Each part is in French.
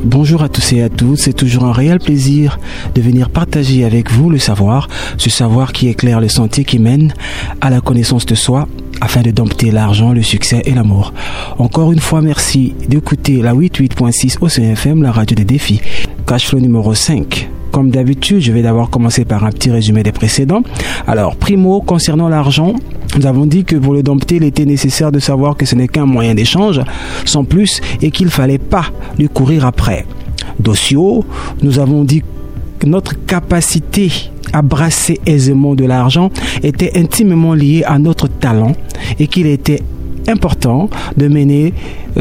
Bonjour à tous et à toutes, c'est toujours un réel plaisir de venir partager avec vous le savoir, ce savoir qui éclaire le sentier qui mène à la connaissance de soi afin de dompter l'argent, le succès et l'amour. Encore une fois, merci d'écouter la 88.6 OCFM, la radio des défis, Cashflow numéro 5. Comme d'habitude, je vais d'abord commencer par un petit résumé des précédents. Alors, primo, concernant l'argent, nous avons dit que pour le dompter, il était nécessaire de savoir que ce n'est qu'un moyen d'échange, sans plus, et qu'il ne fallait pas lui courir après. Docio, nous avons dit que notre capacité à brasser aisément de l'argent était intimement liée à notre talent et qu'il était important de mener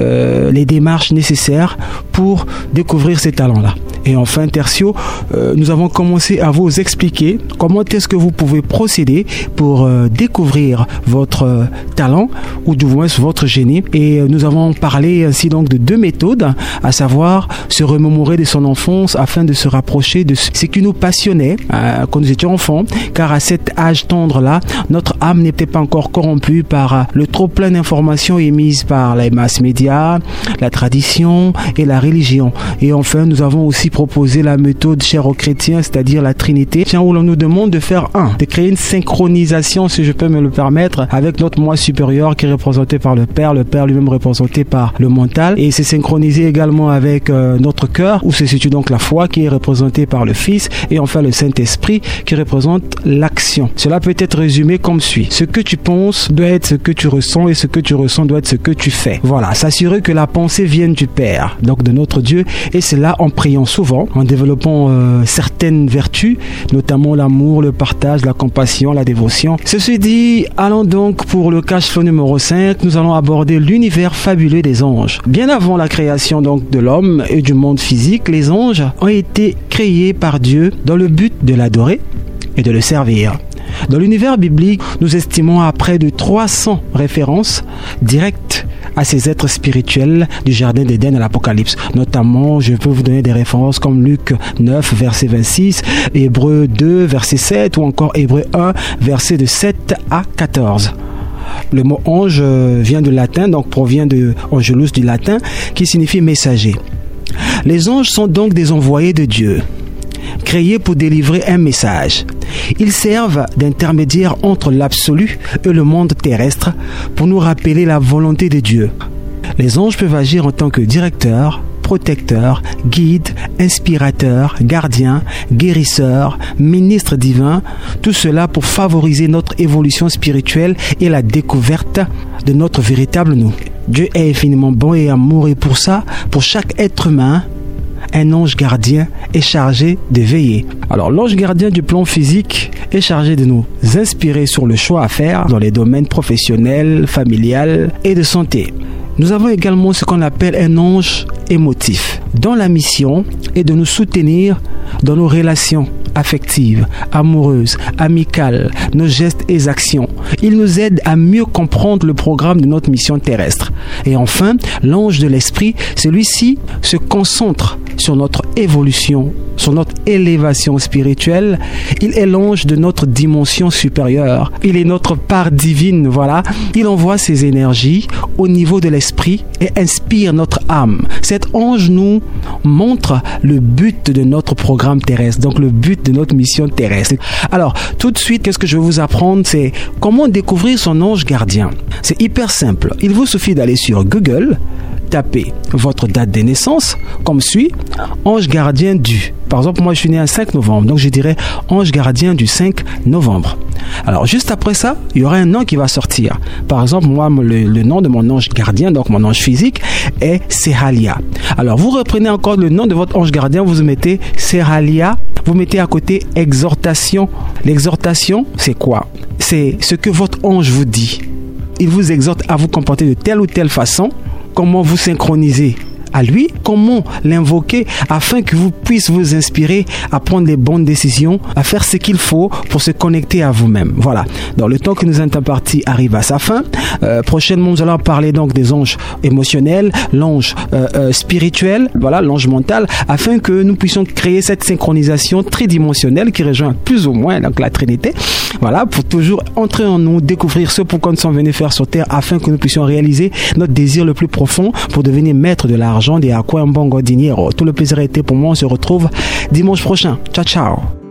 les démarches nécessaires pour découvrir ces talents-là. Et enfin, tertio, nous avons commencé à vous expliquer comment est-ce que vous pouvez procéder pour découvrir votre talent ou du moins votre génie. Et nous avons parlé ainsi donc de 2 méthodes, à savoir se remémorer de son enfance afin de se rapprocher de ce qui nous passionnait quand nous étions enfants, car à cet âge tendre-là, notre âme n'était pas encore corrompue par le trop plein d'informations émises par les masses médias, la tradition et la religion. Et enfin, nous avons aussi proposé la méthode chère aux chrétiens, c'est-à-dire la Trinité, où l'on nous demande de faire de créer une synchronisation, si je peux me le permettre, avec notre moi supérieur qui est représenté par le Père lui-même représenté par le mental, et c'est synchronisé également avec notre cœur, où se situe donc la foi qui est représentée par le Fils, et enfin le Saint-Esprit qui représente l'action. Cela peut être résumé comme suit. Ce que tu penses doit être ce que tu ressens, et ce que tu ressens doit être ce que tu fais. Voilà, s'assurer que la pensée vienne du Père, donc de notre Dieu, et c'est là en priant souvent, en développant certaines vertus, notamment l'amour, le partage, la compassion, la dévotion. Ceci dit, allons donc pour le Cashflow numéro 5, nous allons aborder l'univers fabuleux des anges. Bien avant la création donc de l'homme et du monde physique, les anges ont été créés par Dieu dans le but de l'adorer et de le servir. Dans l'univers biblique, nous estimons à près de 300 références directes à ces êtres spirituels du Jardin d'Éden à l'Apocalypse. Notamment, je peux vous donner des références comme Luc 9, verset 26, Hébreux 2, verset 7 ou encore Hébreux 1, verset de 7 à 14. Le mot ange vient du latin, donc provient de angelus du latin, qui signifie messager. Les anges sont donc des envoyés de Dieu, créés pour délivrer un message. Ils servent d'intermédiaire entre l'absolu et le monde terrestre pour nous rappeler la volonté de Dieu. Les anges peuvent agir en tant que directeurs, protecteurs, guides, inspirateurs, gardiens, guérisseurs, ministres divins, tout cela pour favoriser notre évolution spirituelle et la découverte de notre véritable nous. Dieu est infiniment bon et amoureux, et pour ça, pour chaque être humain, un ange gardien est chargé de veiller. Alors, l'ange gardien du plan physique est chargé de nous inspirer sur le choix à faire dans les domaines professionnels, familial et de santé. Nous avons également ce qu'on appelle un ange émotif, dont la mission est de nous soutenir dans nos relations affectives, amoureuses, amicales, nos gestes et actions. Il nous aide à mieux comprendre le programme de notre mission terrestre. Et enfin, l'ange de l'esprit, celui-ci se concentre sur notre évolution, sur notre élévation spirituelle. Il est l'ange de notre dimension supérieure. Il est notre part divine, voilà. Il envoie ses énergies au niveau de l'esprit et inspire notre âme. Cet ange nous montre le but de notre programme terrestre, donc le but de notre mission terrestre. Alors, tout de suite, qu'est-ce que je vais vous apprendre, c'est comment découvrir son ange gardien. C'est hyper simple. Il vous suffit d'aller sur Google, taper votre date de naissance, comme suit, ange gardien du. Par exemple, moi je suis né un 5 novembre, donc je dirais ange gardien du 5 novembre. Alors juste après ça, il y aura un nom qui va sortir. Par exemple, moi le nom de mon ange gardien, donc mon ange physique, est Seralia. Alors vous reprenez encore le nom de votre ange gardien, vous mettez Seralia, vous mettez à côté exhortation. L'exhortation, c'est quoi? C'est ce que votre ange vous dit. Il vous exhorte à vous comporter de telle ou telle façon. Comment vous synchroniser à lui, comment l'invoquer afin que vous puissiez vous inspirer à prendre les bonnes décisions, à faire ce qu'il faut pour se connecter à vous-même. Voilà. Donc le temps que nous sommes imparti arrive à sa fin. Prochainement, nous allons parler donc des anges émotionnels, l'ange spirituel, voilà, l'ange mental, afin que nous puissions créer cette synchronisation tridimensionnelle qui rejoint plus ou moins donc la Trinité. Voilà, pour toujours entrer en nous, découvrir ce pourquoi nous sommes venus faire sur Terre afin que nous puissions réaliser notre désir le plus profond pour devenir maître de l'argent, de Aqua Mbongo Dinero. Tout le plaisir a été pour moi. On se retrouve dimanche prochain. Ciao, ciao.